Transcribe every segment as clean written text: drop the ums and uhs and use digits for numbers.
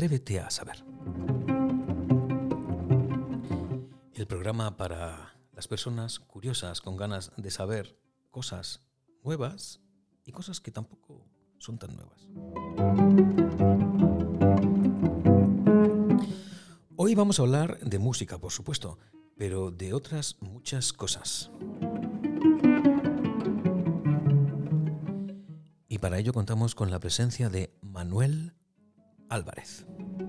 Atrévete a saber. El programa para las personas curiosas con ganas de saber cosas nuevas y cosas que tampoco son tan nuevas. Hoy vamos a hablar de música, por supuesto, pero de otras muchas cosas. Y para ello contamos con la presencia de Manuel Álvarez.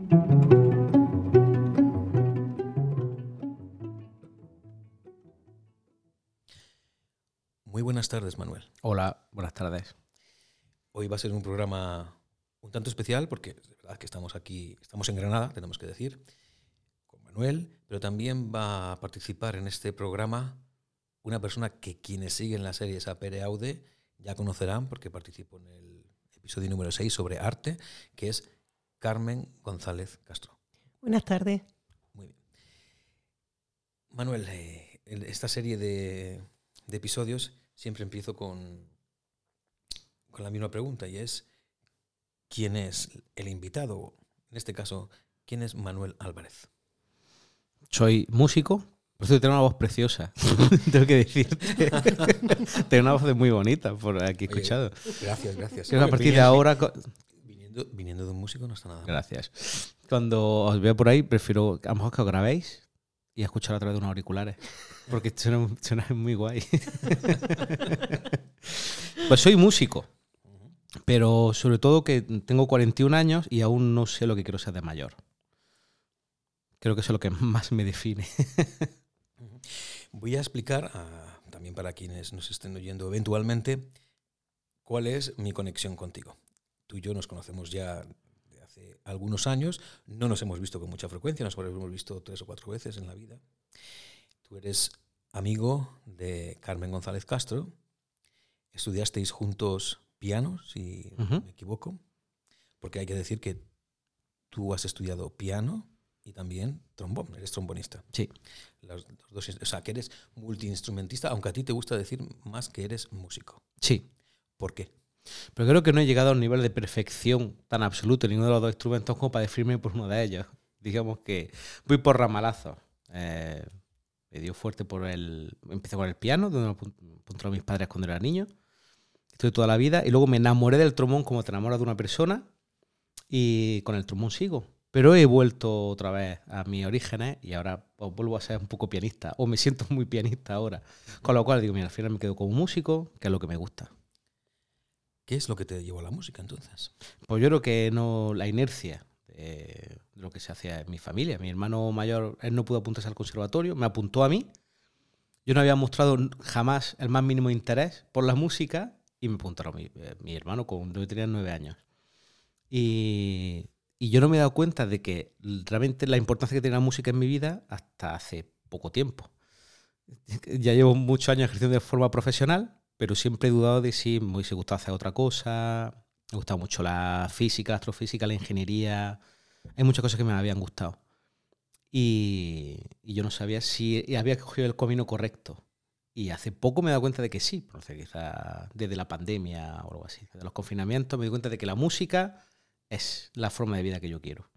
Muy buenas tardes, Manuel. Hola, buenas tardes. Hoy va a ser un programa un tanto especial porque es verdad que estamos aquí, estamos en Granada, tenemos que decir, con Manuel, pero también va a participar en este programa una persona que quienes siguen la serie Sapere Aude ya conocerán porque participó en el episodio número 6 sobre arte, que es Carmen González Castro. Buenas tardes. Muy bien. Manuel, en esta serie de episodios siempre empiezo con la misma pregunta y es ¿quién es el invitado? En este caso, ¿quién es Manuel Álvarez? Soy músico, por eso tengo una voz preciosa, tengo que decirte. Tengo una voz muy bonita por aquí escuchado. Gracias. Creo que a partir de ahora... Viniendo de un músico no está nada mal. Gracias. Cuando os veo por ahí, prefiero a lo mejor que os grabéis y escuchar a través de unos auriculares, porque suena muy guay. Pues soy músico, pero sobre todo que tengo 41 años y aún no sé lo que quiero ser de mayor. Creo que eso es lo que más me define. Voy a explicar, también para quienes nos estén oyendo eventualmente, cuál es mi conexión contigo. Tú y yo nos conocemos ya de hace algunos años, no nos hemos visto con mucha frecuencia, nos hemos visto 3 o 4 veces en la vida. Tú eres amigo de Carmen González Castro, estudiasteis juntos piano, si no me equivoco, porque hay que decir que tú has estudiado piano y también trombón, eres trombonista. Sí. Los dos, o sea, que eres multiinstrumentista, aunque a ti te gusta decir más que eres músico. Sí. ¿Por qué? Pero creo que no he llegado a un nivel de perfección tan absoluto en ninguno de los dos instrumentos como para definirme por uno de ellos. Digamos que voy por ramalazos. Me dio fuerte empecé con el piano, donde me apuntaron mis padres cuando era niño. Estuve toda la vida y luego me enamoré del trombón como te enamoras de una persona y con el trombón sigo. Pero he vuelto otra vez a mis orígenes y ahora pues, vuelvo a ser un poco pianista, o me siento muy pianista ahora. Con lo cual digo, mira, al final me quedo como músico, que es lo que me gusta. ¿Qué es lo que te llevó a la música entonces? Pues yo creo que no la inercia de lo que se hacía en mi familia. Mi hermano mayor, él no pudo apuntarse al conservatorio, me apuntó a mí. Yo no había mostrado jamás el más mínimo interés por la música y me apuntaron mi hermano cuando yo tenía 9 años. Y yo no me he dado cuenta de que realmente la importancia que tiene la música en mi vida hasta hace poco tiempo. Ya llevo muchos años ejerciendo de forma profesional, pero siempre he dudado de si me hubiese gustado hacer otra cosa. Me ha gustado mucho la física, la astrofísica, la ingeniería. Hay muchas cosas que me habían gustado. Y yo no sabía si había cogido el camino correcto. Y hace poco me he dado cuenta de que sí. No sé, quizás desde la pandemia o algo así. Desde los confinamientos me di cuenta de que la música es la forma de vida que yo quiero.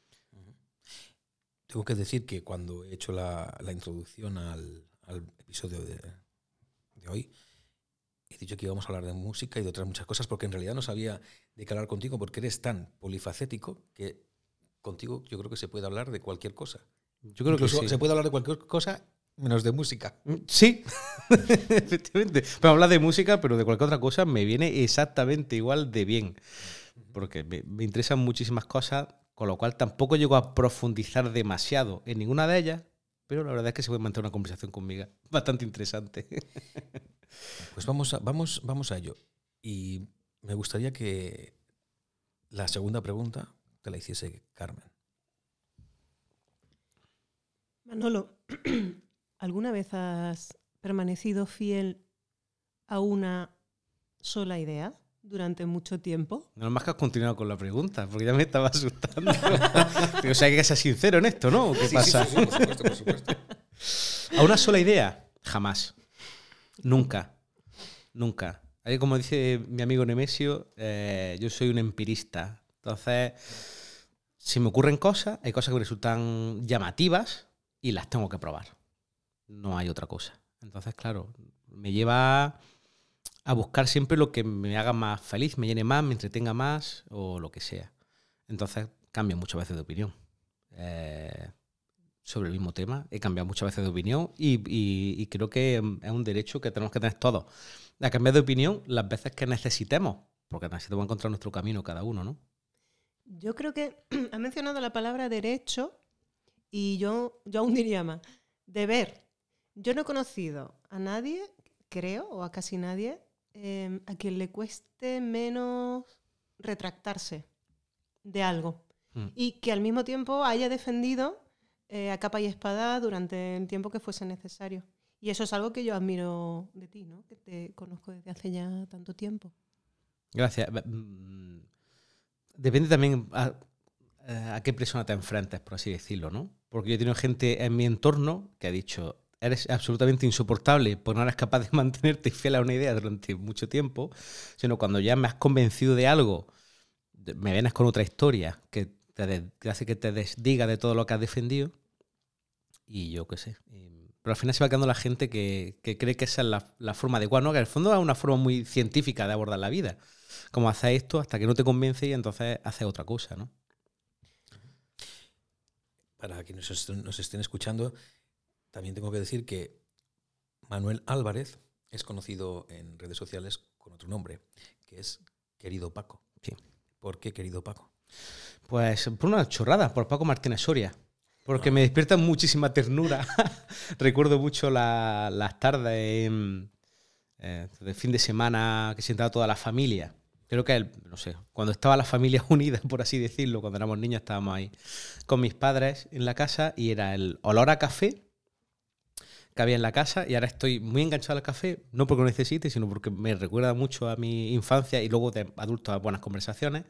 Tengo que decir que cuando he hecho la introducción al episodio de hoy, he dicho que íbamos a hablar de música y de otras muchas cosas porque en realidad no sabía de qué hablar contigo porque eres tan polifacético que contigo yo creo que se puede hablar de cualquier cosa. Yo creo Incluso que sí. Se puede hablar de cualquier cosa menos de música. Sí, efectivamente. Pero hablar de música, pero de cualquier otra cosa me viene exactamente igual de bien. Porque me interesan muchísimas cosas, con lo cual tampoco llego a profundizar demasiado en ninguna de ellas, pero la verdad es que se puede mantener una conversación conmigo bastante interesante. Pues vamos a ello. Y me gustaría que la segunda pregunta te la hiciese Carmen. Manolo, ¿alguna vez has permanecido fiel a una sola idea durante mucho tiempo? No más que has continuado con la pregunta, porque ya me estaba asustando. O sea, hay que ser sincero en esto, ¿no? ¿Qué pasa? Sí, por supuesto. ¿A una sola idea? Jamás. Nunca. Ahí, como dice mi amigo Nemesio, yo soy un empirista. Entonces, se me ocurren cosas, hay cosas que me resultan llamativas y las tengo que probar. No hay otra cosa. Entonces, claro, me lleva a buscar siempre lo que me haga más feliz, me llene más, me entretenga más o lo que sea. Entonces, cambio muchas veces de opinión. Sobre el mismo tema, he cambiado muchas veces de opinión y creo que es un derecho que tenemos que tener todos. A cambiar de opinión las veces que necesitemos, porque necesitamos encontrar nuestro camino cada uno, ¿no? Yo creo que has mencionado la palabra derecho y yo aún diría más, deber. Yo no he conocido a nadie, creo, o a casi nadie, a quien le cueste menos retractarse de algo. Y que al mismo tiempo haya defendido a capa y espada durante el tiempo que fuese necesario. Y eso es algo que yo admiro de ti, ¿no? Que te conozco desde hace ya tanto tiempo. Gracias. Depende también a qué persona te enfrentes, por así decirlo, ¿no? Porque yo he tenido gente en mi entorno que ha dicho, eres absolutamente insoportable porque no eres capaz de mantenerte fiel a una idea durante mucho tiempo, sino cuando ya me has convencido de algo, me vienes con otra historia que hace que te desdiga de todo lo que has defendido y yo qué sé. Pero al final se va quedando la gente que cree que esa es la forma adecuada, ¿no? Que en el fondo es una forma muy científica de abordar la vida. Como hacer esto hasta que no te convence y entonces haces otra cosa, ¿no? Para quienes nos estén escuchando, también tengo que decir que Manuel Álvarez es conocido en redes sociales con otro nombre, que es Querido Paco. Sí. ¿Por qué Querido Paco? Pues por una chorrada, por Paco Martínez Soria. Porque me despierta muchísima ternura. Recuerdo mucho las tardes de fin de semana que se sentaba toda la familia. Creo que, no sé, cuando estaba la familia unida, por así decirlo, cuando éramos niños estábamos ahí con mis padres en la casa y era el olor a café que había en la casa y ahora estoy muy enganchado al café, no porque lo necesite, sino porque me recuerda mucho a mi infancia y luego de adulto a buenas conversaciones.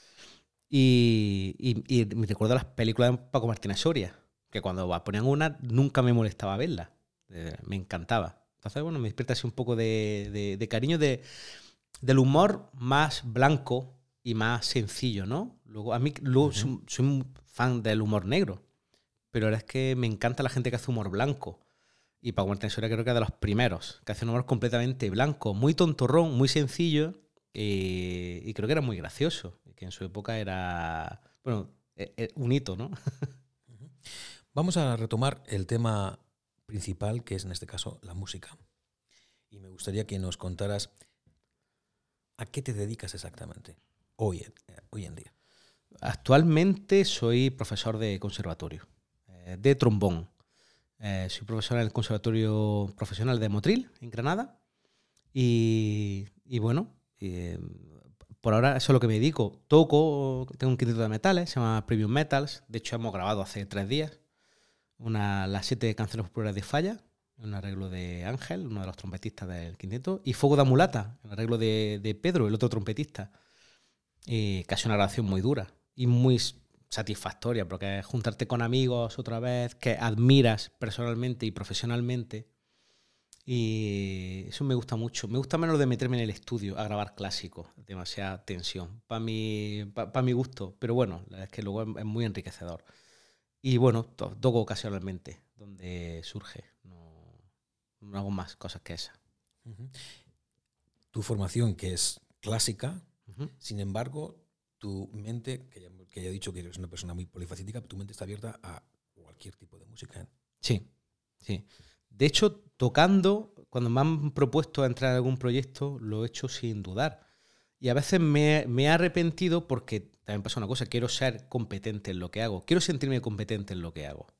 Y me recuerdo las películas de Paco Martínez Soria, que cuando ponían una nunca me molestaba verla. Me encantaba. Entonces, bueno, me despierta así un poco de cariño del humor más blanco y más sencillo, ¿no? Luego, a mí soy un fan del humor negro, pero ahora es que me encanta la gente que hace humor blanco. Y Paco Martínez Soria creo que es de los primeros, que hace un humor completamente blanco, muy tontorrón, muy sencillo, y creo que era muy gracioso, que en su época era, bueno, un hito, ¿no? Vamos a retomar el tema principal, que es en este caso la música. Y me gustaría que nos contaras a qué te dedicas exactamente hoy en día. Actualmente soy profesor de conservatorio, de trombón. Soy profesor en el Conservatorio Profesional de Motril, en Granada. Y bueno, por ahora eso es lo que me dedico. Toco, tengo un quinteto de metales, se llama Premium Metals. De hecho, hemos grabado hace 3 días las 7 canciones populares de Falla, un arreglo de Ángel, uno de los trompetistas del quinteto, y Fuego de Mulata, un arreglo de Pedro, el otro trompetista. Casi una grabación muy dura y muy satisfactoria, porque es juntarte con amigos otra vez, que admiras personalmente y profesionalmente. Y eso me gusta mucho. Me gusta menos de meterme en el estudio a grabar clásicos, demasiada tensión, para mi gusto. Pero bueno, la verdad es que luego es muy enriquecedor. Y bueno, toco ocasionalmente, donde surge. No hago más cosas que esa. Uh-huh. Tu formación, que es clásica, sin embargo, tu mente, que ya he dicho que eres una persona muy polifacética, tu mente está abierta a cualquier tipo de música. Sí. De hecho, tocando, cuando me han propuesto entrar en algún proyecto, lo he hecho sin dudar. Y a veces me he arrepentido porque también pasa una cosa, quiero ser competente en lo que hago, quiero sentirme competente en lo que hago.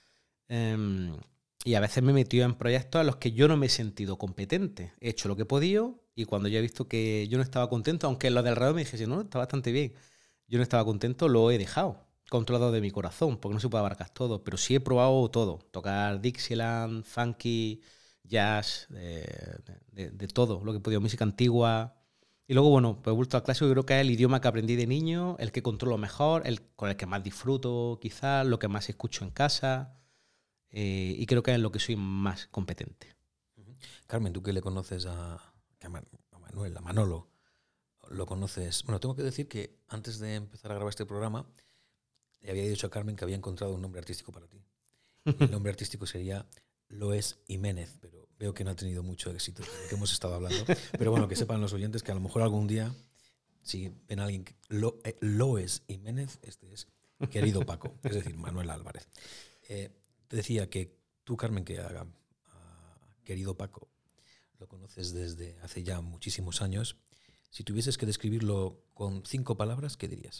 Y a veces me he metido en proyectos en los que yo no me he sentido competente. He hecho lo que he podido y cuando ya he visto que yo no estaba contento, aunque los de alrededor me dijesen, no, está bastante bien, yo no estaba contento, lo he dejado, controlado de mi corazón, porque no se puede abarcar todo, pero sí he probado todo, tocar Dixieland, funky, jazz, de todo, lo que he podido, música antigua. Y luego, bueno, pues he vuelto al clásico, creo que es el idioma que aprendí de niño, el que controlo mejor, el con el que más disfruto quizás, lo que más escucho en casa. Y creo que es en lo que soy más competente. Carmen, tú que le conoces a Manuel, a Manolo, lo conoces. Bueno, tengo que decir que antes de empezar a grabar este programa, le había dicho a Carmen que había encontrado un nombre artístico para ti. Y el nombre artístico sería Loes Jiménez, pero veo que no ha tenido mucho éxito de lo que hemos estado hablando. Pero bueno, que sepan los oyentes que a lo mejor algún día, si ven a alguien que Loes Jiménez, este es querido Paco, es decir, Manuel Álvarez. Te decía que tú, Carmen, que a querido Paco lo conoces desde hace ya muchísimos años. Si tuvieses que describirlo con 5 palabras, ¿qué dirías?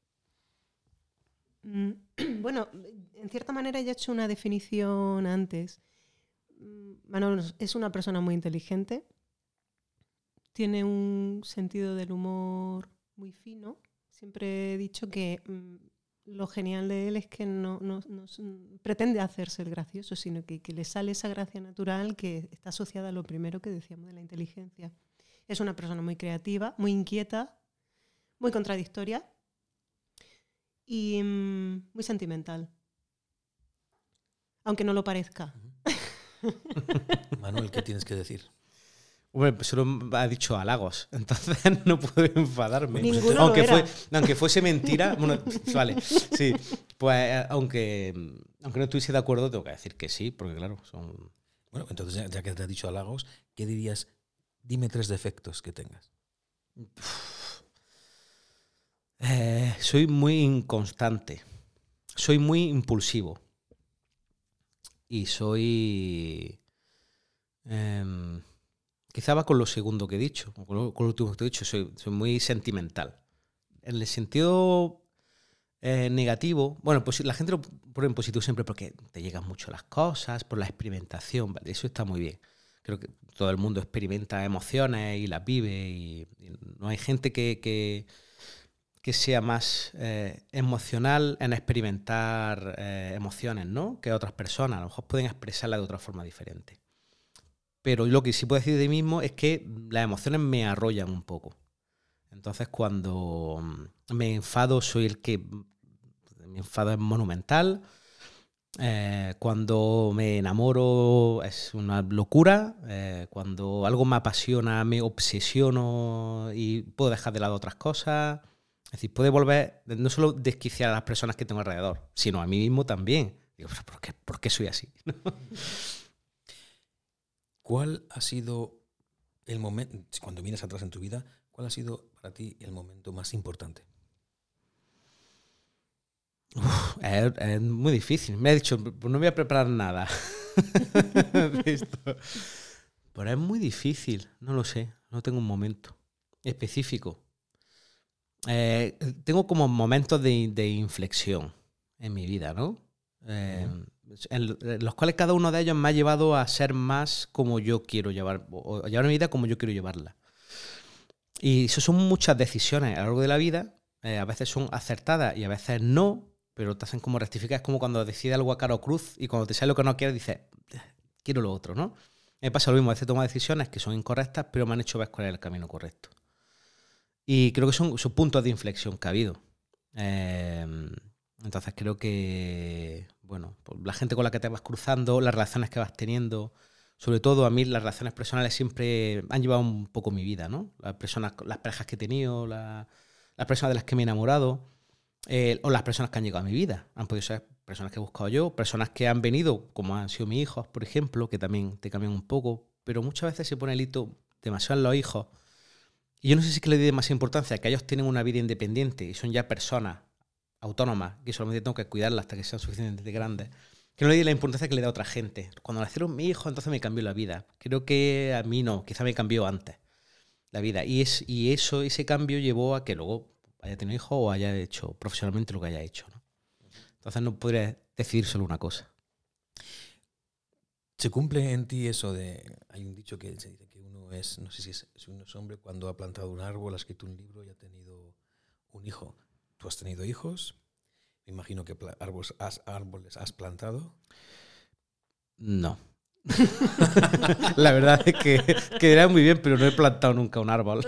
Bueno, en cierta manera ya he hecho una definición antes. Manolo es una persona muy inteligente, tiene un sentido del humor muy fino. Siempre he dicho que lo genial de él es que no pretende hacerse el gracioso, sino que le sale esa gracia natural que está asociada a lo primero que decíamos de la inteligencia. Es una persona muy creativa, muy inquieta, muy contradictoria y muy sentimental. Aunque no lo parezca. Manuel, ¿qué tienes que decir? Hombre, pues solo ha dicho halagos, entonces no puedo enfadarme. Ninguno aunque fuese mentira, bueno, vale, sí. Pues aunque no estuviese de acuerdo, tengo que decir que sí, porque claro, son... Bueno, entonces ya que te has dicho halagos, ¿qué dirías? Dime 3 defectos que tengas. Soy muy inconstante, soy muy impulsivo y soy... quizá va con lo segundo que he dicho, con lo último que he dicho, soy muy sentimental. En el sentido negativo, bueno, pues la gente lo pone en positivo siempre porque te llegan mucho las cosas, por la experimentación, ¿vale? Eso está muy bien. Creo que todo el mundo experimenta emociones y las vive y no hay gente que sea más emocional en experimentar emociones, ¿no? Que otras personas. A lo mejor pueden expresarlas de otra forma diferente. Pero lo que sí puedo decir de mí mismo es que las emociones me arrollan un poco. Entonces, cuando me enfado, soy el que... Mi enfado es monumental. Cuando me enamoro es una locura. Cuando algo me apasiona, me obsesiono y puedo dejar de lado otras cosas. Es decir, puede volver, no solo desquiciar a las personas que tengo alrededor, sino a mí mismo también. Digo, ¿por qué soy así? ¿Cuál ha sido el momento, cuando miras atrás en tu vida, cuál ha sido para ti el momento más importante? Es muy difícil. Me ha dicho, pues no voy a preparar nada de esto. Pero es muy difícil. No lo sé. No tengo un momento específico. Tengo como momentos de inflexión en mi vida, ¿no? En los cuales cada uno de ellos me ha llevado a ser más como yo quiero llevar, o llevar mi vida como yo quiero llevarla. Y eso son muchas decisiones a lo largo de la vida. A veces son acertadas y a veces no, pero te hacen como rectificar. Es como cuando decides algo a cara o cruz y cuando te sale lo que no quieres dices, quiero lo otro, ¿no? Me pasa lo mismo, a veces tomo decisiones que son incorrectas, pero me han hecho ver cuál es el camino correcto. Y creo que son puntos de inflexión que ha habido. Entonces creo que, bueno, pues la gente con la que te vas cruzando, las relaciones que vas teniendo, sobre todo a mí las relaciones personales siempre han llevado un poco mi vida, ¿no? Las parejas que he tenido, las personas de las que me he enamorado, o las personas que han llegado a mi vida. Han podido ser personas que he buscado yo, personas que han venido, como han sido mis hijos, por ejemplo, que también te cambian un poco, pero muchas veces se pone el hito demasiado en los hijos. Y yo no sé si es que le doy demasiada importancia, que ellos tienen una vida independiente y son ya personas autónomas, que solamente tengo que cuidarlas hasta que sean suficientemente grandes, que no le doy la importancia que le da a otra gente. Cuando nacieron mis hijos, entonces me cambió la vida. Creo que a mí no, quizá me cambió antes la vida. Y ese cambio llevó a que luego haya tenido hijos o haya hecho profesionalmente lo que haya hecho, ¿no? Entonces no podría decidir solo una cosa. ¿Se cumple en ti eso de... Hay un dicho que se dice que uno es, no sé si uno es hombre cuando ha plantado un árbol, ha escrito un libro y ha tenido un hijo. ¿Tú has tenido hijos? Me imagino que árboles has plantado. No. La verdad es que quedaría muy bien, pero no he plantado nunca un árbol.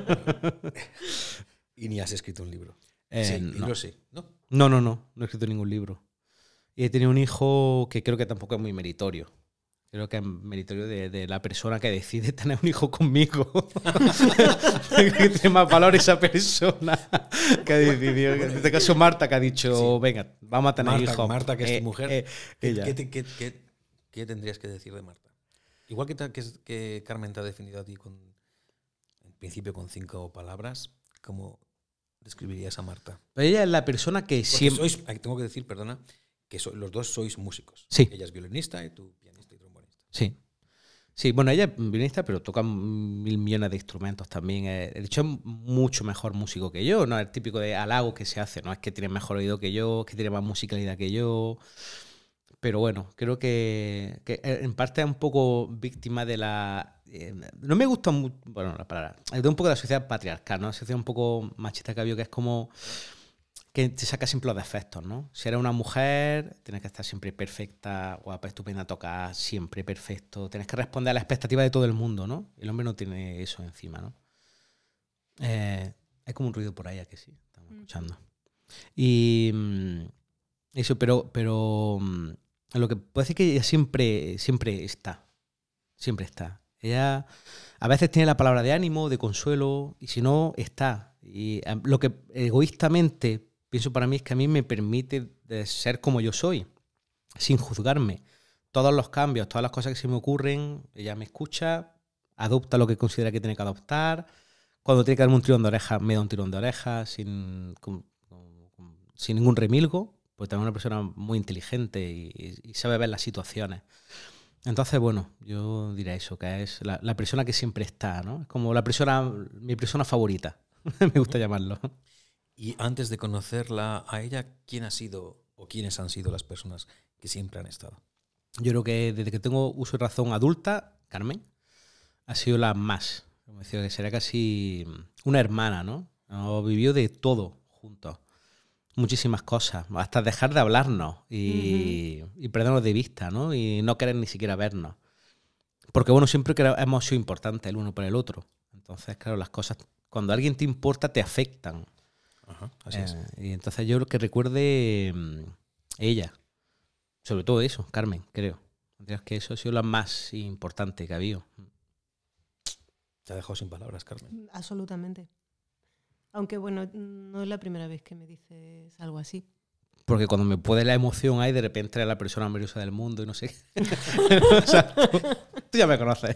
Y ni has escrito un libro. Sí, no. Libro sí, ¿no? No he escrito ningún libro. Y he tenido un hijo que creo que tampoco es muy meritorio. Creo que es meritorio de la persona que decide tener un hijo conmigo. Que tiene más valor esa persona que decidió. En este caso, Marta, que ha dicho, venga, vamos a tener hijos. Marta, que es tu mujer. Ella. ¿Qué tendrías que decir de Marta? Igual que Carmen te ha definido a ti en principio con 5 palabras, ¿cómo describirías a Marta? Pero ella es la persona que siempre... Tengo que decir, perdona, que los dos sois músicos. Sí. Ella es violinista y tú pianista y trombonista. Sí. Sí, bueno, ella es violinista, pero toca 1.000 millones de instrumentos también. De hecho, es mucho mejor músico que yo. No es el típico de halago que se hace. No es que tiene mejor oído que yo, que tiene más musicalidad que yo. Pero bueno, creo que en parte es un poco víctima de la... no me gusta mucho... Bueno, la palabra... Es de un poco de la sociedad patriarcal, ¿no? La sociedad un poco machista que ha habido, que es como... que te saca siempre los defectos, ¿no? Si eres una mujer, tienes que estar siempre perfecta, guapa, estupenda, tocar siempre perfecto. Tienes que responder a las expectativas de todo el mundo, ¿no? El hombre no tiene eso encima, ¿no? Hay como un ruido por ahí, ¿a que sí? Estamos escuchando. Y eso, pero lo que puedo decir es que ella siempre está. Siempre está. Ella a veces tiene la palabra de ánimo, de consuelo, y si no, está. Y lo que egoístamente pienso para mí es que a mí me permite ser como yo soy, sin juzgarme. Todos los cambios, todas las cosas que se me ocurren, ella me escucha, adopta lo que considera que tiene que adoptar. Cuando tiene que darme un tirón de orejas, me da un tirón de orejas sin ningún remilgo, porque también es una persona muy inteligente y sabe ver las situaciones. Entonces, bueno, yo diría eso, que es la persona que siempre está, ¿no? Es como mi persona favorita, me gusta llamarlo. Y antes de conocerla a ella, ¿quién ha sido o quiénes han sido las personas que siempre han estado? Yo creo que desde que tengo uso y razón adulta, Carmen ha sido la más. Como decía, que sería casi una hermana, ¿no? Hemos vivido de todo juntos. Muchísimas cosas, hasta dejar de hablarnos y perdernos de vista, ¿no? Y no querer ni siquiera vernos. Porque, bueno, siempre hemos sido importantes el uno para el otro. Entonces, claro, las cosas, cuando alguien te importa, te afectan. Ajá, así es. Y entonces yo lo que recuerde ella, sobre todo eso, Carmen, creo. Creo que eso ha sido lo más importante que ha habido. Te ha dejado sin palabras, Carmen. Absolutamente. Aunque bueno, no es la primera vez que me dices algo así. Porque cuando me puede la emoción ahí, de repente eres la persona más valiosa del mundo y no sé. O sea, tú ya me conoces.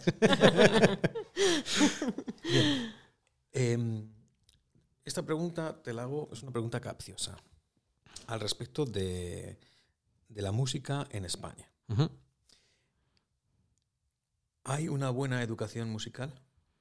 Bien. Esta pregunta te la hago, es una pregunta capciosa. Al respecto de la música en España. Uh-huh. ¿Hay una buena educación musical?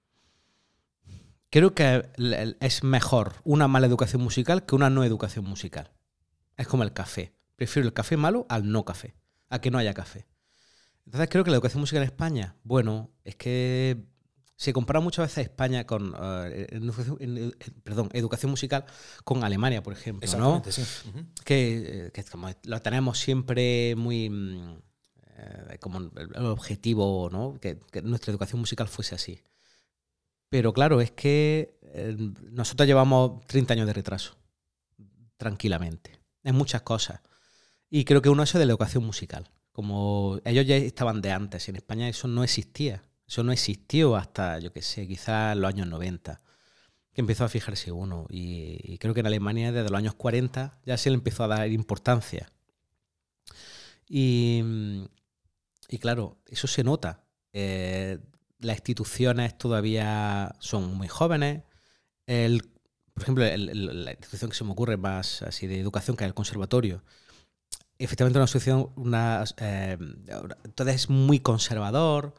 Creo que es mejor una mala educación musical que una no educación musical. Es como el café. Prefiero el café malo al no café, a que no haya café. Entonces creo que la educación musical en España, bueno, es que se compara muchas veces España con educación musical con Alemania, por ejemplo, ¿no? Sí. Uh-huh. Que como lo tenemos siempre muy como el objetivo, ¿no? Que nuestra educación musical fuese así. Pero claro, es que nosotros llevamos 30 años de retraso, tranquilamente, en muchas cosas. Y creo que uno es de la educación musical. Como ellos ya estaban de antes, en España eso no existía. Eso no existió hasta, yo qué sé, quizás los años 90, que empezó a fijarse uno. Y creo que en Alemania desde los años 40 ya se le empezó a dar importancia. Y claro, eso se nota. Las instituciones todavía son muy jóvenes. Por ejemplo, la institución que se me ocurre más así de educación, que es el conservatorio, efectivamente una asociación, entonces es muy conservador.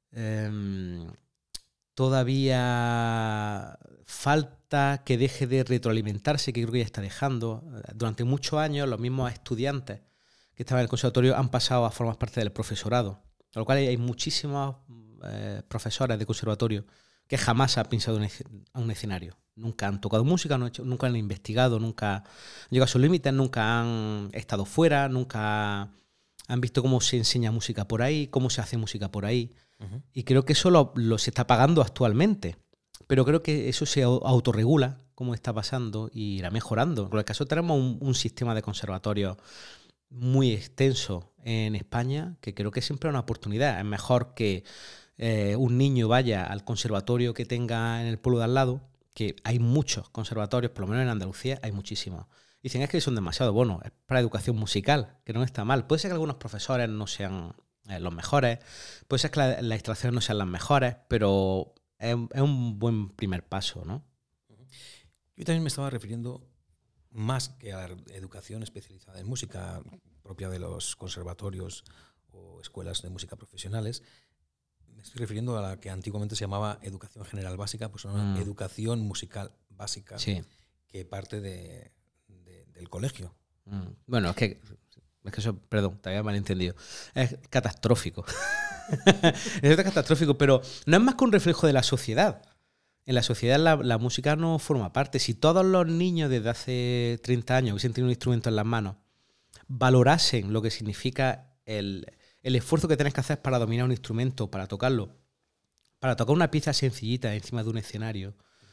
Todavía falta que deje de retroalimentarse, que creo que ya está dejando. Durante muchos años los mismos estudiantes que estaban en el conservatorio han pasado a formar parte del profesorado, con lo cual hay muchísimos profesores de conservatorio que jamás han pinchado a un escenario. Nunca han tocado música, nunca han investigado, nunca han llegado a sus límites, nunca han estado fuera, nunca han visto cómo se enseña música por ahí, cómo se hace música por ahí. Uh-huh. Y creo que eso lo se está pagando actualmente. Pero creo que eso se autorregula, como está pasando, y irá mejorando. En cualquier caso, tenemos un sistema de conservatorios muy extenso en España, que creo que siempre es una oportunidad. Es mejor que un niño vaya al conservatorio que tenga en el pueblo de al lado, que hay muchos conservatorios, por lo menos en Andalucía hay muchísimos. Dicen es que son demasiado buenos, es para educación musical, que no está mal. Puede ser que algunos profesores no sean los mejores, puede ser que las instalaciones no sean las mejores, pero es un buen primer paso, ¿no? Yo también me estaba refiriendo más que a la educación especializada en música propia de los conservatorios o escuelas de música profesionales. Me estoy refiriendo a la que antiguamente se llamaba educación general básica, pues una educación musical básica, Sí. que parte del colegio. Bueno, es que eso, perdón, te había malentendido. Es catastrófico. Es catastrófico, pero no es más que un reflejo de la sociedad. En la sociedad la música no forma parte. Si todos los niños desde hace 30 años hubiesen tenido un instrumento en las manos, valorasen lo que significa el esfuerzo que tienes que hacer para dominar un instrumento, para tocarlo, para tocar una pieza sencillita encima de un escenario,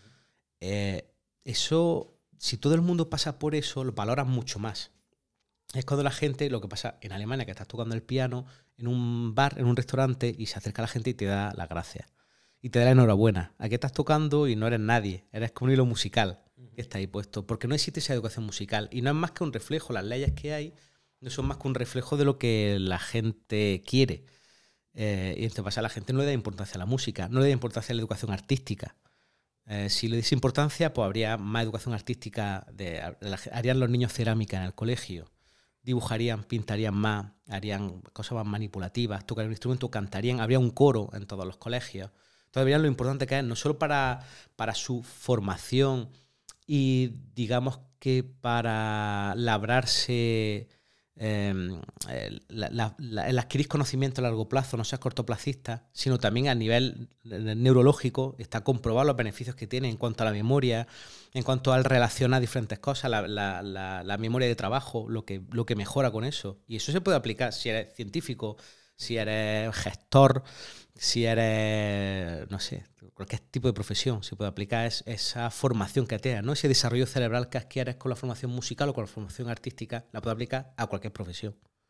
eso, si todo el mundo pasa por eso, lo valoras mucho más. Es cuando la gente, lo que pasa en Alemania, que estás tocando el piano en un bar, en un restaurante, y se acerca la gente y te da las gracias. Y te da la enhorabuena. Aquí estás tocando y no eres nadie. Eres como un hilo musical que está ahí puesto. Porque no existe esa educación musical. Y no es más que un reflejo. Las leyes que hay no son más que un reflejo de lo que la gente quiere. Y entonces pasa, la gente no le da importancia a la música. No le da importancia a la educación artística. Si le diese importancia, pues habría más educación artística. Harían los niños cerámica en el colegio. Dibujarían, pintarían más, harían cosas más manipulativas, tocarían un instrumento, cantarían, habría un coro en todos los colegios. Entonces verían lo importante que es, no solo para su formación y digamos que para labrarse, el adquirir conocimiento a largo plazo, no seas cortoplacista, sino también a nivel neurológico. Está comprobado los beneficios que tiene en cuanto a la memoria, en cuanto al relacionar diferentes cosas, la memoria de trabajo, lo que mejora con eso. Y eso se puede aplicar si eres científico, si eres gestor, si eres, no sé, cualquier tipo de profesión. Se puede aplicar esa formación que tienes, ¿no? Ese desarrollo cerebral que adquieres con la formación musical o con la formación artística, la puede aplicar a cualquier profesión.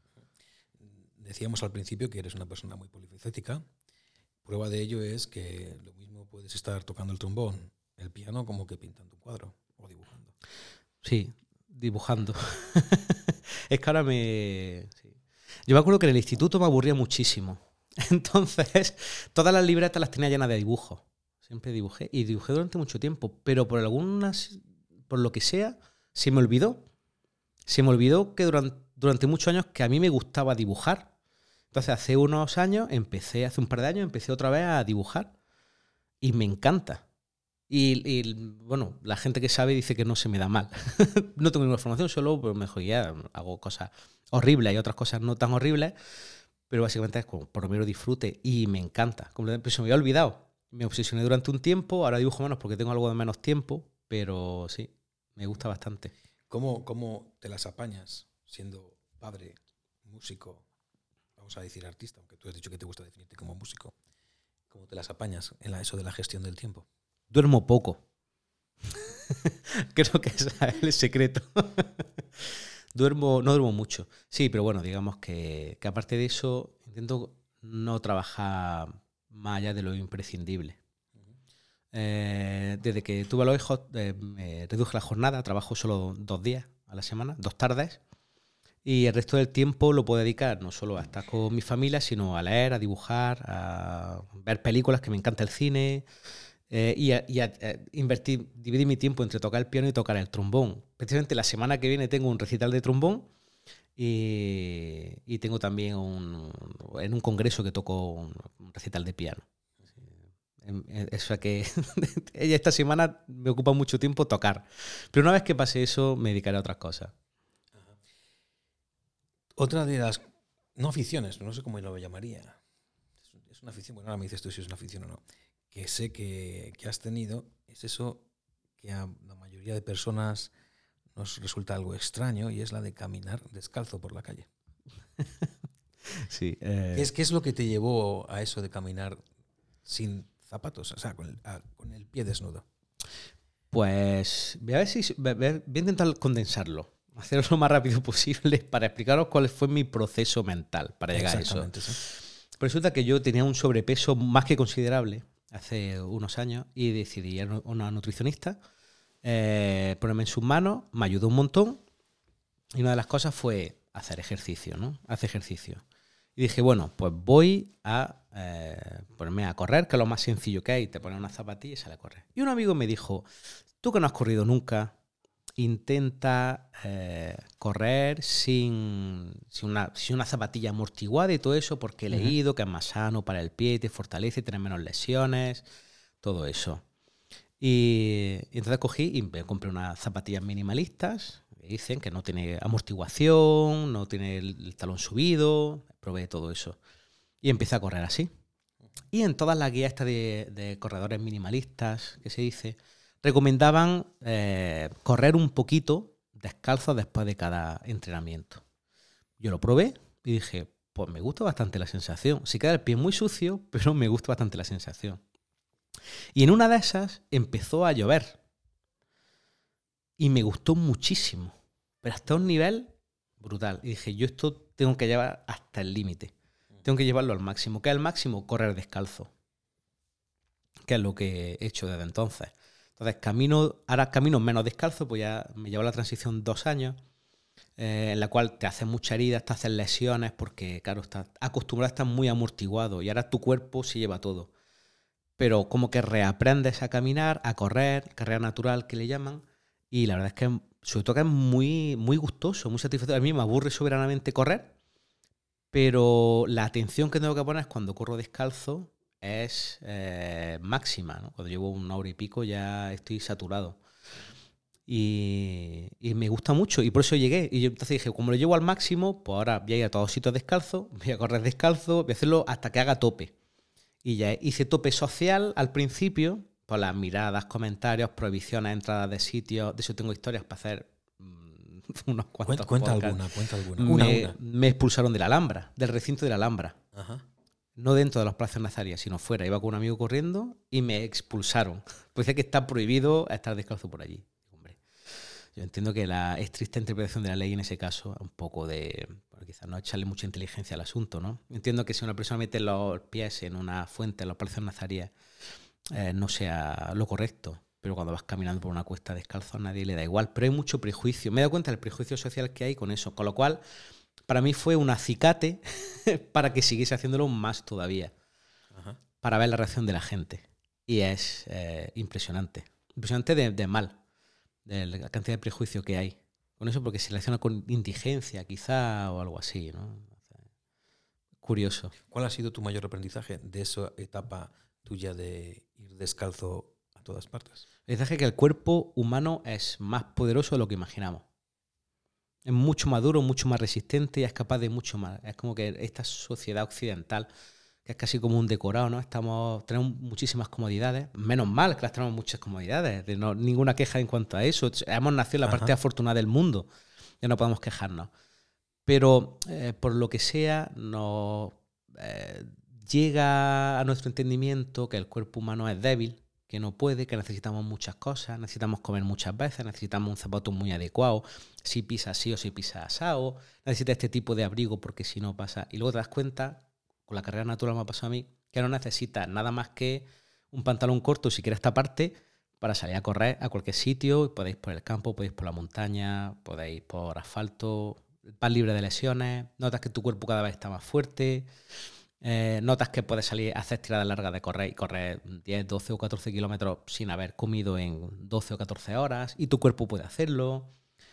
Decíamos al principio que eres una persona muy polifacética. Prueba de ello es que lo mismo puedes estar tocando el trombón, el piano, como que pintando un cuadro o dibujando. Sí, dibujando. Es que ahora sí. Yo me acuerdo que en el instituto me aburría muchísimo. Entonces, todas las libretas las tenía llenas de dibujos. Siempre dibujé. Y dibujé durante mucho tiempo. Pero por lo que sea, se me olvidó. Se me olvidó que durante muchos años que a mí me gustaba dibujar. Entonces, hace un par de años, empecé otra vez a dibujar. Y me encanta. Y bueno, la gente que sabe dice que no se me da mal. No tengo ninguna formación, solo pues, me joya, hago cosas horribles y otras cosas no tan horribles, pero básicamente es como por mero disfrute y me encanta. Pero se me había olvidado. Me obsesioné durante un tiempo, ahora dibujo menos porque tengo algo de menos tiempo, pero sí, me gusta bastante. ¿Cómo te las apañas siendo padre, músico, vamos a decir artista, aunque tú has dicho que te gusta definirte como músico? ¿Cómo te las apañas en eso de la gestión del tiempo? Duermo poco. Creo que ese es el secreto. No duermo mucho. Sí, pero bueno, digamos que aparte de eso, intento no trabajar más allá de lo imprescindible. Desde que tuve a los hijos, me reduje la jornada, trabajo solo 2 días a la semana, 2 tardes, y el resto del tiempo lo puedo dedicar no solo a estar con mi familia, sino a leer, a dibujar, a ver películas, que me encanta el cine, y a dividir mi tiempo entre tocar el piano y tocar el trombón. Precisamente la semana que viene tengo un recital de trombón y tengo también en un congreso que toco un recital de piano. Eso que esta semana me ocupa mucho tiempo tocar. Pero una vez que pase eso, me dedicaré a otras cosas. Ajá. Otra de las, no aficiones, no sé cómo lo llamaría. Es una afición, bueno, ahora me dices tú si es una afición o no, que sé que has tenido, es eso que a la mayoría de personas nos resulta algo extraño, y es la de caminar descalzo por la calle. Sí. ¿Qué es lo que te llevó a eso de caminar sin zapatos, o sea, con el pie desnudo? Pues voy a intentar condensarlo. hacerlo lo más rápido posible para explicaros cuál fue mi proceso mental para llegar a eso. Exactamente, sí. Pero resulta que yo tenía un sobrepeso más que considerable hace unos años y decidí ir a una nutricionista, ponerme en sus manos, me ayudó un montón y una de las cosas fue hacer ejercicio, ¿no? Hacer ejercicio. Y dije, bueno, pues voy a ponerme a correr, que es lo más sencillo que hay, te pones una zapatilla y sale a correr. Y un amigo me dijo, tú que no has corrido nunca, intenta correr sin una zapatilla amortiguada y todo eso, porque he leído que es más sano para el pie, te fortalece, tienes menos lesiones, todo eso. Y entonces cogí y me compré unas zapatillas minimalistas, que dicen que no tiene amortiguación, no tiene el talón subido, probé todo eso. Y empecé a correr así. Y en todas las guías estas de corredores minimalistas, que se dice, recomendaban correr un poquito descalzo después de cada entrenamiento. Yo lo probé y dije, pues me gusta bastante la sensación. Sí queda el pie muy sucio, pero me gusta bastante la sensación. Y en una de esas empezó a llover. Y me gustó muchísimo. Pero hasta un nivel brutal. Y dije, yo esto tengo que llevar hasta el límite. Tengo que llevarlo al máximo. ¿Qué es el máximo? Correr descalzo. Que es lo que he hecho desde entonces. Entonces, ahora camino menos descalzo, pues ya me llevó la transición 2 años, en la cual te hacen muchas heridas, te hacen lesiones, porque, claro, estás acostumbrado a estar muy amortiguado y ahora tu cuerpo se lleva todo. Pero como que reaprendes a caminar, a correr, carrera natural que le llaman, y la verdad es que, sobre todo, que es muy, muy gustoso, muy satisfactorio. A mí me aburre soberanamente correr, pero la atención que tengo que poner cuando corro descalzo es máxima, ¿no? Cuando llevo 1 hora y pico ya estoy saturado. Y me gusta mucho y por eso llegué. Y yo entonces dije, como lo llevo al máximo, pues ahora voy a ir a todos sitios descalzo, voy a correr descalzo, voy a hacerlo hasta que haga tope. Y ya hice tope social al principio, por las miradas, comentarios, prohibiciones, entradas de sitios. De eso tengo historias para hacer unos cuantos. Cuenta alguna. Una. Me expulsaron de la Alhambra, del recinto de la Alhambra. Ajá. No dentro de los plazas nazarias, sino fuera. Iba con un amigo corriendo y me expulsaron. Pues dice que está prohibido estar descalzo por allí. Hombre, yo entiendo que la estricta interpretación de la ley en ese caso, un poco de... Bueno, quizás no echarle mucha inteligencia al asunto, ¿no? Entiendo que si una persona mete los pies en una fuente en los plazas nazarias, no sea lo correcto. Pero cuando vas caminando por una cuesta descalzo a nadie le da igual. Pero hay mucho prejuicio. Me he dado cuenta del prejuicio social que hay con eso. Con lo cual, para mí fue un acicate para que siguiese haciéndolo más todavía. Ajá. Para ver la reacción de la gente. Y es impresionante. Impresionante de mal. De la cantidad de prejuicio que hay. Con eso porque se relaciona con indigencia quizá o algo así, ¿no? O sea, curioso. ¿Cuál ha sido tu mayor aprendizaje de esa etapa tuya de ir descalzo a todas partes? El aprendizaje que el cuerpo humano es más poderoso de lo que imaginamos. Es mucho más duro, mucho más resistente y es capaz de mucho más. Es como que esta sociedad occidental, que es casi como un decorado, ¿no? Tenemos muchísimas comodidades. Menos mal que las tenemos muchas comodidades. Ninguna queja en cuanto a eso. Hemos nacido en la parte afortunada del mundo. Ya no podemos quejarnos. Pero por lo que sea, nos llega a nuestro entendimiento que el cuerpo humano es débil, que no puede, que necesitamos muchas cosas, necesitamos comer muchas veces, necesitamos un zapato muy adecuado, si pisa así o si pisa asado, necesitas este tipo de abrigo porque si no pasa... Y luego te das cuenta, con la carrera natural me ha pasado a mí, que no necesitas nada más que un pantalón corto si quieres taparte para salir a correr a cualquier sitio. Podéis por el campo, podéis por la montaña, podéis por asfalto, vas libre de lesiones, notas que tu cuerpo cada vez está más fuerte... notas que puedes salir a hacer tiradas largas de correr y correr 10, 12 o 14 kilómetros sin haber comido en 12 o 14 horas y tu cuerpo puede hacerlo.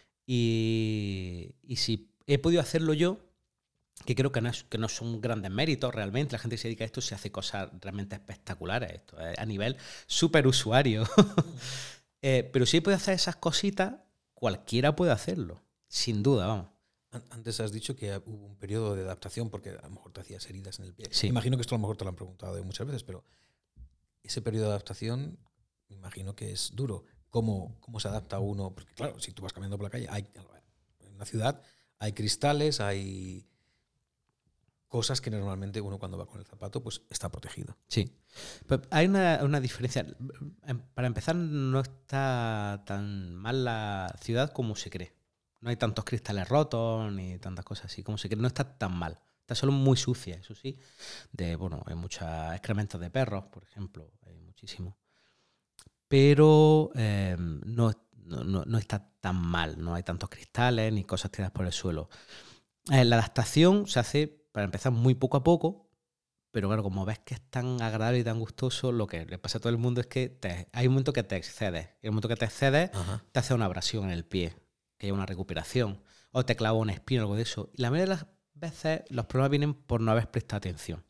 Y si he podido hacerlo yo, que creo que no son grandes méritos realmente, la gente que se dedica a esto se hace cosas realmente espectaculares, esto es a nivel súper usuario. Pero si he podido hacer esas cositas, cualquiera puede hacerlo, sin duda, vamos. Antes has dicho que hubo un periodo de adaptación porque a lo mejor te hacías heridas en el pie. Sí. Imagino que esto a lo mejor te lo han preguntado muchas veces, pero ese periodo de adaptación me imagino que es duro. ¿Cómo se adapta uno? Porque claro, si tú vas caminando por la calle, en una ciudad hay cristales, hay cosas que normalmente uno cuando va con el zapato pues está protegido. Sí. Pero hay una diferencia. Para empezar, no está tan mal la ciudad como se cree. No hay tantos cristales rotos ni tantas cosas así. Como se cree, no está tan mal. Está solo muy sucia, eso sí. Hay muchos excrementos de perros, por ejemplo. Hay muchísimos. Pero no está tan mal. No hay tantos cristales ni cosas tiradas por el suelo. La adaptación se hace, para empezar, muy poco a poco. Pero claro, como ves que es tan agradable y tan gustoso, lo que le pasa a todo el mundo es que hay un momento que te excedes. Y en el momento que te excedes, te hace una abrasión en el pie, que hay una recuperación, o te clava una espina o algo de eso. Y la mayoría de las veces los problemas vienen por no haber prestado atención.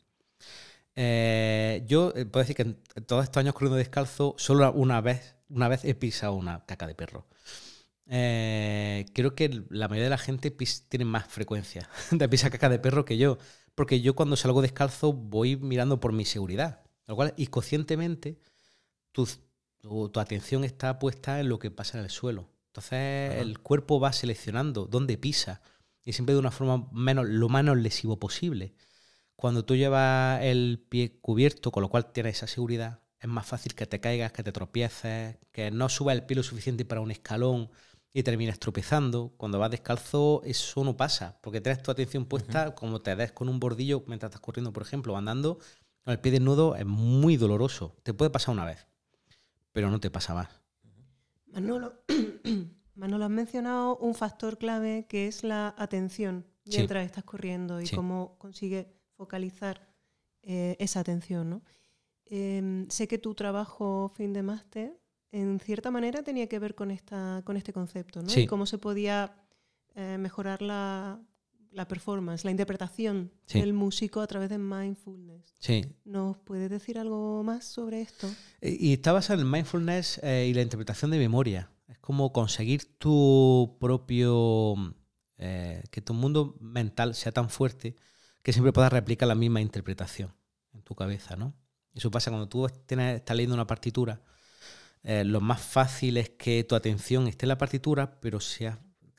Yo puedo decir que en todos estos años corriendo descalzo, solo una vez he pisado una caca de perro. Creo que la mayoría de la gente tiene más frecuencia de pisar caca de perro que yo. Porque yo cuando salgo descalzo voy mirando por mi seguridad. Lo cual, inconscientemente, tu atención está puesta en lo que pasa en el suelo. Entonces, el cuerpo va seleccionando dónde pisa. Y siempre de una forma lo menos lesivo posible. Cuando tú llevas el pie cubierto, con lo cual tienes esa seguridad, es más fácil que te caigas, que te tropieces, que no subas el pie lo suficiente para un escalón y terminas tropezando. Cuando vas descalzo eso no pasa, porque tienes tu atención puesta, como te des con un bordillo mientras estás corriendo, por ejemplo, o andando, con el pie desnudo es muy doloroso. Te puede pasar una vez, pero no te pasa más. Manolo, has mencionado un factor clave que es la atención mientras estás corriendo y cómo consigues focalizar esa atención, ¿no? Sé que tu trabajo fin de máster en cierta manera tenía que ver con este concepto, ¿no? Sí. Y cómo se podía mejorar la performance, la interpretación del músico a través de mindfulness. Sí. ¿Nos puedes decir algo más sobre esto? Y está basado en el mindfulness y la interpretación de memoria. Es como conseguir tu propio... que tu mundo mental sea tan fuerte que siempre puedas replicar la misma interpretación en tu cabeza, ¿no? Eso pasa cuando tú estás leyendo una partitura. Lo más fácil es que tu atención esté en la partitura, pero se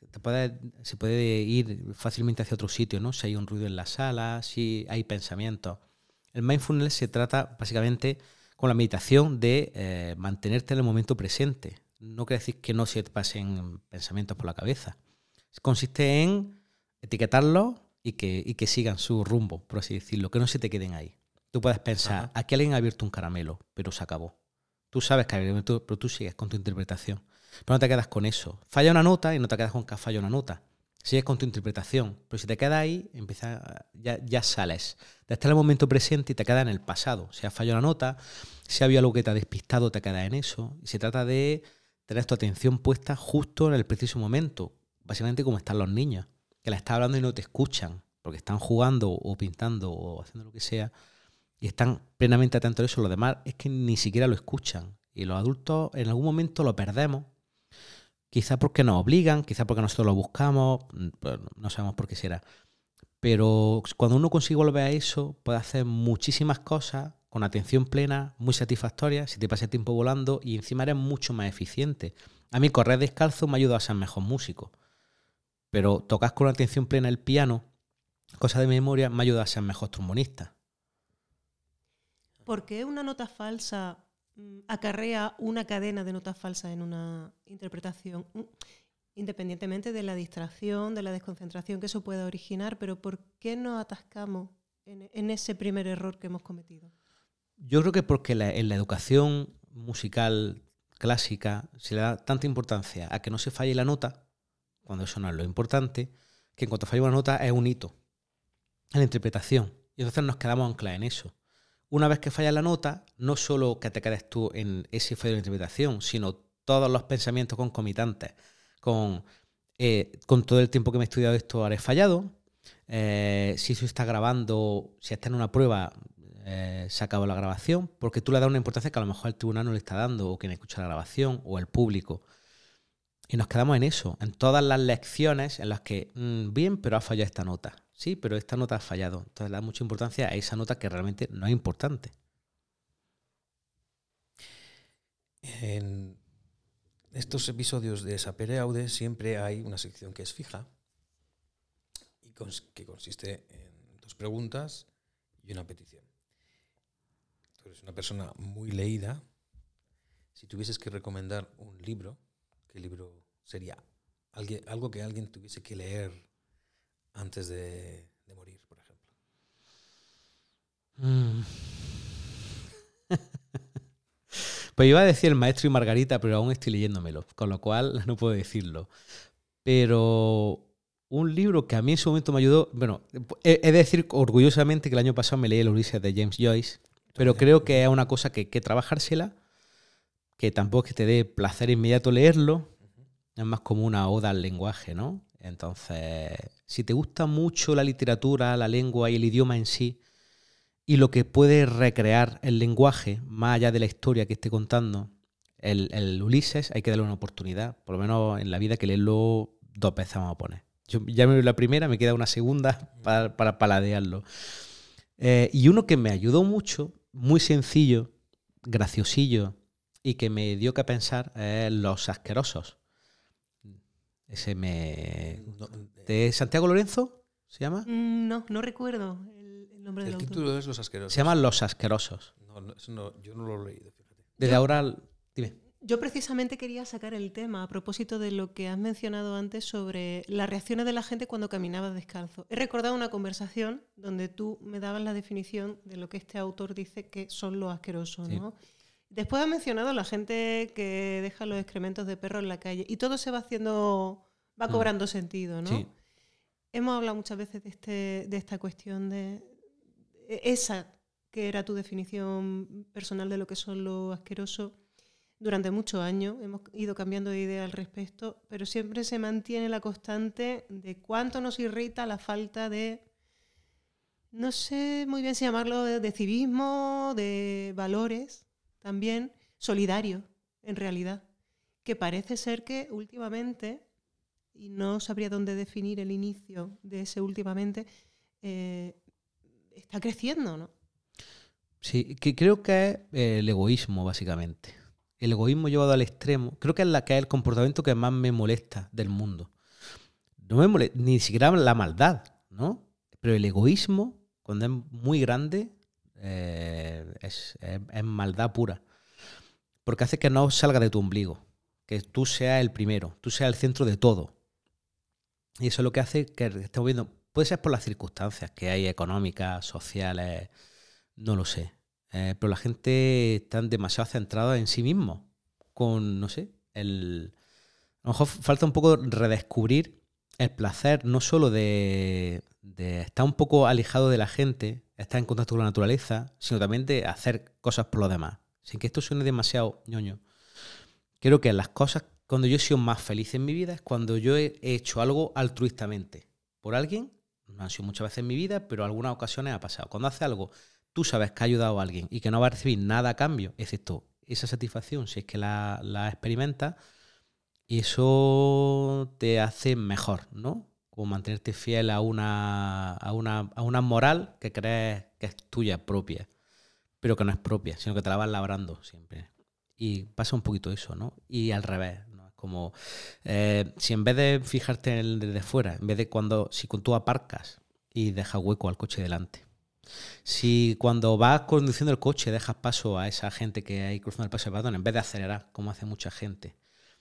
puede ir fácilmente hacia otro sitio, ¿no? Si hay un ruido en la sala, si hay pensamientos. El mindfulness se trata básicamente con la meditación de mantenerte en el momento presente. No quiere decir que no se te pasen pensamientos por la cabeza. Consiste en etiquetarlos y que sigan su rumbo, por así decirlo, que no se te queden ahí. Tú puedes pensar, aquí alguien ha abierto un caramelo, pero se acabó. Tú sabes que hay abierto, pero tú sigues con tu interpretación. Pero no te quedas con eso. Falla una nota y no te quedas con que falla una nota. Sigues con tu interpretación. Pero si te quedas ahí, ya sales. Estás en el momento presente y te quedas en el pasado. Si has fallado una nota, si ha habido algo que te ha despistado, te quedas en eso. Y se trata de tener tu atención puesta justo en el preciso momento. Básicamente como están los niños, que les estás hablando y no te escuchan, porque están jugando o pintando o haciendo lo que sea, y están plenamente atentos a eso. Los demás es que ni siquiera lo escuchan. Y los adultos en algún momento lo perdemos, quizá porque nos obligan, quizá porque nosotros lo buscamos, pues no sabemos por qué será. Pero cuando uno consigue volver a eso, puede hacer muchísimas cosas con atención plena, muy satisfactorias, si te pasa el tiempo volando y encima eres mucho más eficiente. A mí correr descalzo me ayuda a ser mejor músico. Pero tocar con atención plena el piano, cosa de memoria, me ayuda a ser mejor trombonista. ¿Por qué una nota falsa acarrea una cadena de notas falsas en una interpretación? Independientemente de la distracción, de la desconcentración que eso pueda originar, pero ¿por qué nos atascamos en ese primer error que hemos cometido? Yo creo que porque en la educación musical clásica se le da tanta importancia a que no se falle la nota, cuando eso no es lo importante, que en cuanto falla una nota es un hito en la interpretación. Y entonces nos quedamos anclados en eso. Una vez que falla la nota, no solo que te quedes tú en ese fallo de interpretación, sino todos los pensamientos concomitantes, con todo el tiempo que me he estudiado esto haré fallado, si eso está grabando, si está en una prueba, se acabó la grabación, porque tú le das una importancia que a lo mejor el tribunal no le está dando, o quien escucha la grabación, o el público. Y nos quedamos en eso, en todas las lecciones en las que, bien, pero ha fallado esta nota. Sí, pero esta nota ha fallado. Entonces le da mucha importancia a esa nota que realmente no es importante. En estos episodios de Sapere Aude siempre hay una sección que es fija y que consiste en 2 preguntas y una petición. Tú eres una persona muy leída. Si tuvieses que recomendar un libro, ¿qué libro sería algo que alguien tuviese que leer antes de morir, por ejemplo. Pues iba a decir El maestro y Margarita, pero aún estoy leyéndomelo, con lo cual no puedo decirlo. Pero un libro que a mí en su momento me ayudó... Bueno, he de decir orgullosamente que el año pasado me leí El Ulises de James Joyce, pero creo que es una cosa que hay que trabajársela, que tampoco es que te dé placer inmediato leerlo, es más como una oda al lenguaje, ¿no? Entonces, si te gusta mucho la literatura, la lengua y el idioma en sí, y lo que puede recrear el lenguaje, más allá de la historia que esté contando, el Ulises hay que darle una oportunidad. Por lo menos en la vida que leerlo 2 veces vamos a poner. Yo ya me leo la primera, me queda una segunda para paladearlo. Y uno que me ayudó mucho, muy sencillo, graciosillo, y que me dio que pensar es Los asquerosos. ¿De Santiago Lorenzo se llama? No recuerdo el nombre del El autor. título es Los asquerosos. Se llama Los asquerosos. Yo no lo he leído, fíjate. Desde ahora... Dime. Yo precisamente quería sacar el tema a propósito de lo que has mencionado antes sobre las reacciones de la gente cuando caminabas descalzo. He recordado una conversación donde tú me dabas la definición de lo que este autor dice que son los asquerosos, Sí. ¿no? Después has mencionado a la gente que deja los excrementos de perro en la calle y todo se va va cobrando sentido, ¿no? Sí. Hemos hablado muchas veces de esta cuestión de esa que era tu definición personal de lo que son los asquerosos. Durante muchos años hemos ido cambiando de idea al respecto, pero siempre se mantiene la constante de cuánto nos irrita la falta de, no sé muy bien si llamarlo de civismo, de valores también, solidarios en realidad, que parece ser que últimamente, y no sabría dónde definir el inicio de ese últimamente, está creciendo, ¿no? Sí, que creo que es el egoísmo, básicamente. El egoísmo llevado al extremo, creo que es el comportamiento que más me molesta del mundo. No me molesta ni siquiera la maldad, ¿no? Pero el egoísmo, cuando es muy grande, es maldad pura. Porque hace que no salga de tu ombligo, que tú seas el primero, tú seas el centro de todo. Y eso es lo que hace que estemos viendo, puede ser por las circunstancias que hay económicas, sociales, no lo sé. Pero la gente está demasiado centrada en sí mismo. Con, no sé, a lo mejor falta un poco redescubrir el placer, no solo de estar un poco alejado de la gente, estar en contacto con la naturaleza, sino también de hacer cosas por los demás. Sin que esto suene demasiado ñoño. Creo que las cosas, cuando yo he sido más feliz en mi vida, es cuando yo he hecho algo altruistamente por alguien. No han sido muchas veces en mi vida, pero en algunas ocasiones ha pasado. Cuando haces algo, tú sabes que ha ayudado a alguien y que no va a recibir nada a cambio, excepto esa satisfacción, si es que la experimentas, y eso te hace mejor, ¿no? Como mantenerte fiel a una moral que crees que es tuya propia, pero que no es propia, sino que te la vas labrando siempre. Y pasa un poquito eso, ¿no? Y al revés, ¿no? Es como si en vez de fijarte en el desde fuera, en vez de si tú aparcas y dejas hueco al coche delante, si cuando vas conduciendo el coche dejas paso a esa gente que hay cruzando el paso de peatones, en vez de acelerar, como hace mucha gente,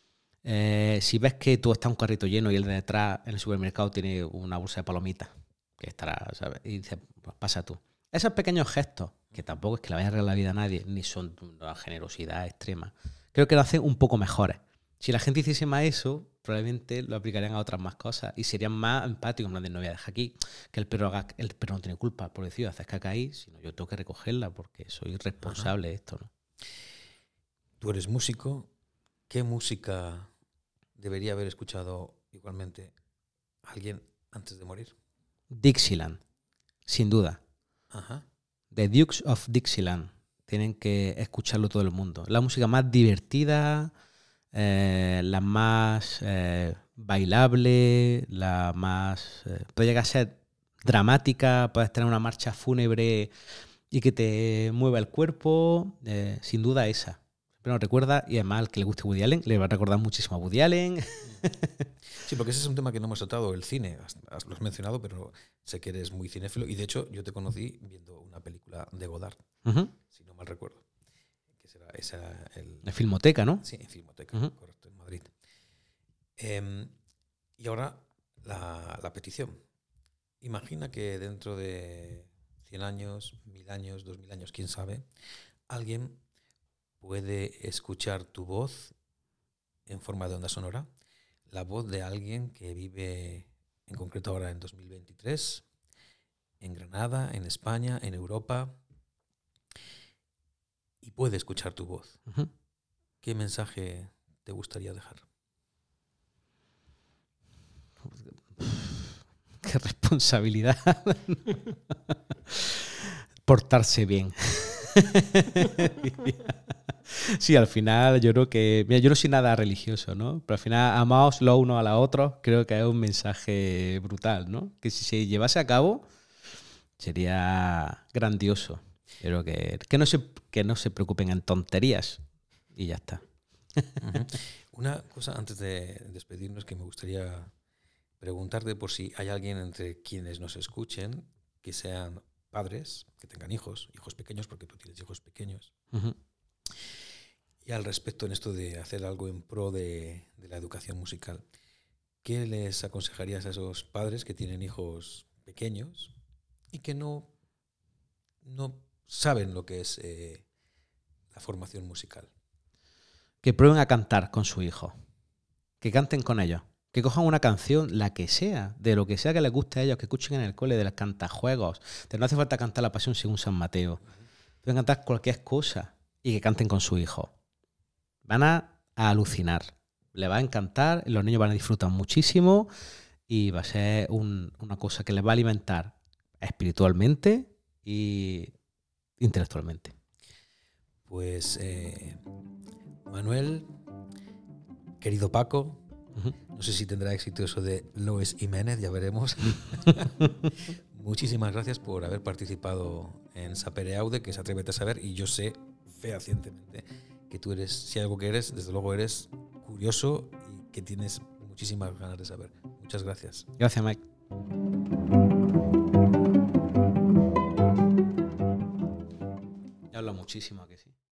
si ves que tú estás un carrito lleno y el de detrás en el supermercado tiene una bolsa de palomitas, que estará, ¿sabes? Y dices, pues pasa tú. Esos pequeños gestos, que tampoco es que le vaya a arreglar la vida a nadie, ni son una generosidad extrema, creo que lo hacen un poco mejores. Si la gente hiciese más eso, probablemente lo aplicarían a otras más cosas y serían más empáticos. En plan de, no voy a dejar aquí que el perro no tiene culpa, por decir, haces caca ahí, sino yo tengo que recogerla porque soy responsable de esto, ¿no? Tú eres músico. ¿Qué música debería haber escuchado igualmente alguien antes de morir? Dixieland, sin duda. Ajá. The Dukes of Dixieland. Tienen que escucharlo todo el mundo. La música más divertida, la más bailable, la más... puede llegar a ser dramática, puedes tener una marcha fúnebre y que te mueva el cuerpo. Sin duda esa. Pero recuerda, y además al que le guste Woody Allen, le va a recordar muchísimo a Woody Allen. Sí, porque ese es un tema que no hemos tratado, el cine. Lo has mencionado, pero sé que eres muy cinéfilo. Y de hecho, yo te conocí viendo una película de Godard, si no mal recuerdo. Que será La Filmoteca, ¿no? Sí, en Filmoteca, correcto, en Madrid. Y ahora la petición. Imagina que dentro de 100 años, 1000 años, 2000 años, quién sabe, alguien puede escuchar tu voz en forma de onda sonora, la voz de alguien que vive, en concreto ahora en 2023, en Granada, en España, en Europa, y puede escuchar tu voz. Ujú. ¿Qué mensaje te gustaría dejar? Qué responsabilidad. Portarse bien. Sí, al final yo creo que... Mira, yo no soy nada religioso, ¿no? Pero al final, amaos los unos a los otros, creo que es un mensaje brutal, ¿no? Que si se llevase a cabo, sería grandioso. Creo que no se preocupen en tonterías y ya está. Uh-huh. Una cosa antes de despedirnos que me gustaría preguntarte por si hay alguien entre quienes nos escuchen que sean padres, que tengan hijos pequeños, porque tú tienes hijos pequeños. Uh-huh. Y al respecto en esto de hacer algo en pro de la educación musical, ¿qué les aconsejarías a esos padres que tienen hijos pequeños y que no saben lo que es la formación musical? Que prueben a cantar con su hijo. Que canten con ellos. Que cojan una canción, la que sea, de lo que sea que les guste a ellos, que escuchen en el cole, de los cantajuegos. No hace falta cantar La Pasión según San Mateo. Pueden cantar cualquier cosa y que canten con su hijo. Van a alucinar. Les va a encantar, los niños van a disfrutar muchísimo y va a ser una cosa que les va a alimentar espiritualmente y intelectualmente. Pues Manuel, querido Paco, no sé si tendrá éxito eso de Loes Jiménez, ya veremos. Muchísimas gracias por haber participado en Sapere Aude, que es Atrévete a Saber, y yo sé fehacientemente que tú eres, si algo que eres, desde luego eres curioso y que tienes muchísimas ganas de saber. Muchas gracias. Gracias, Mike. He hablado muchísimo, ¿a que sí?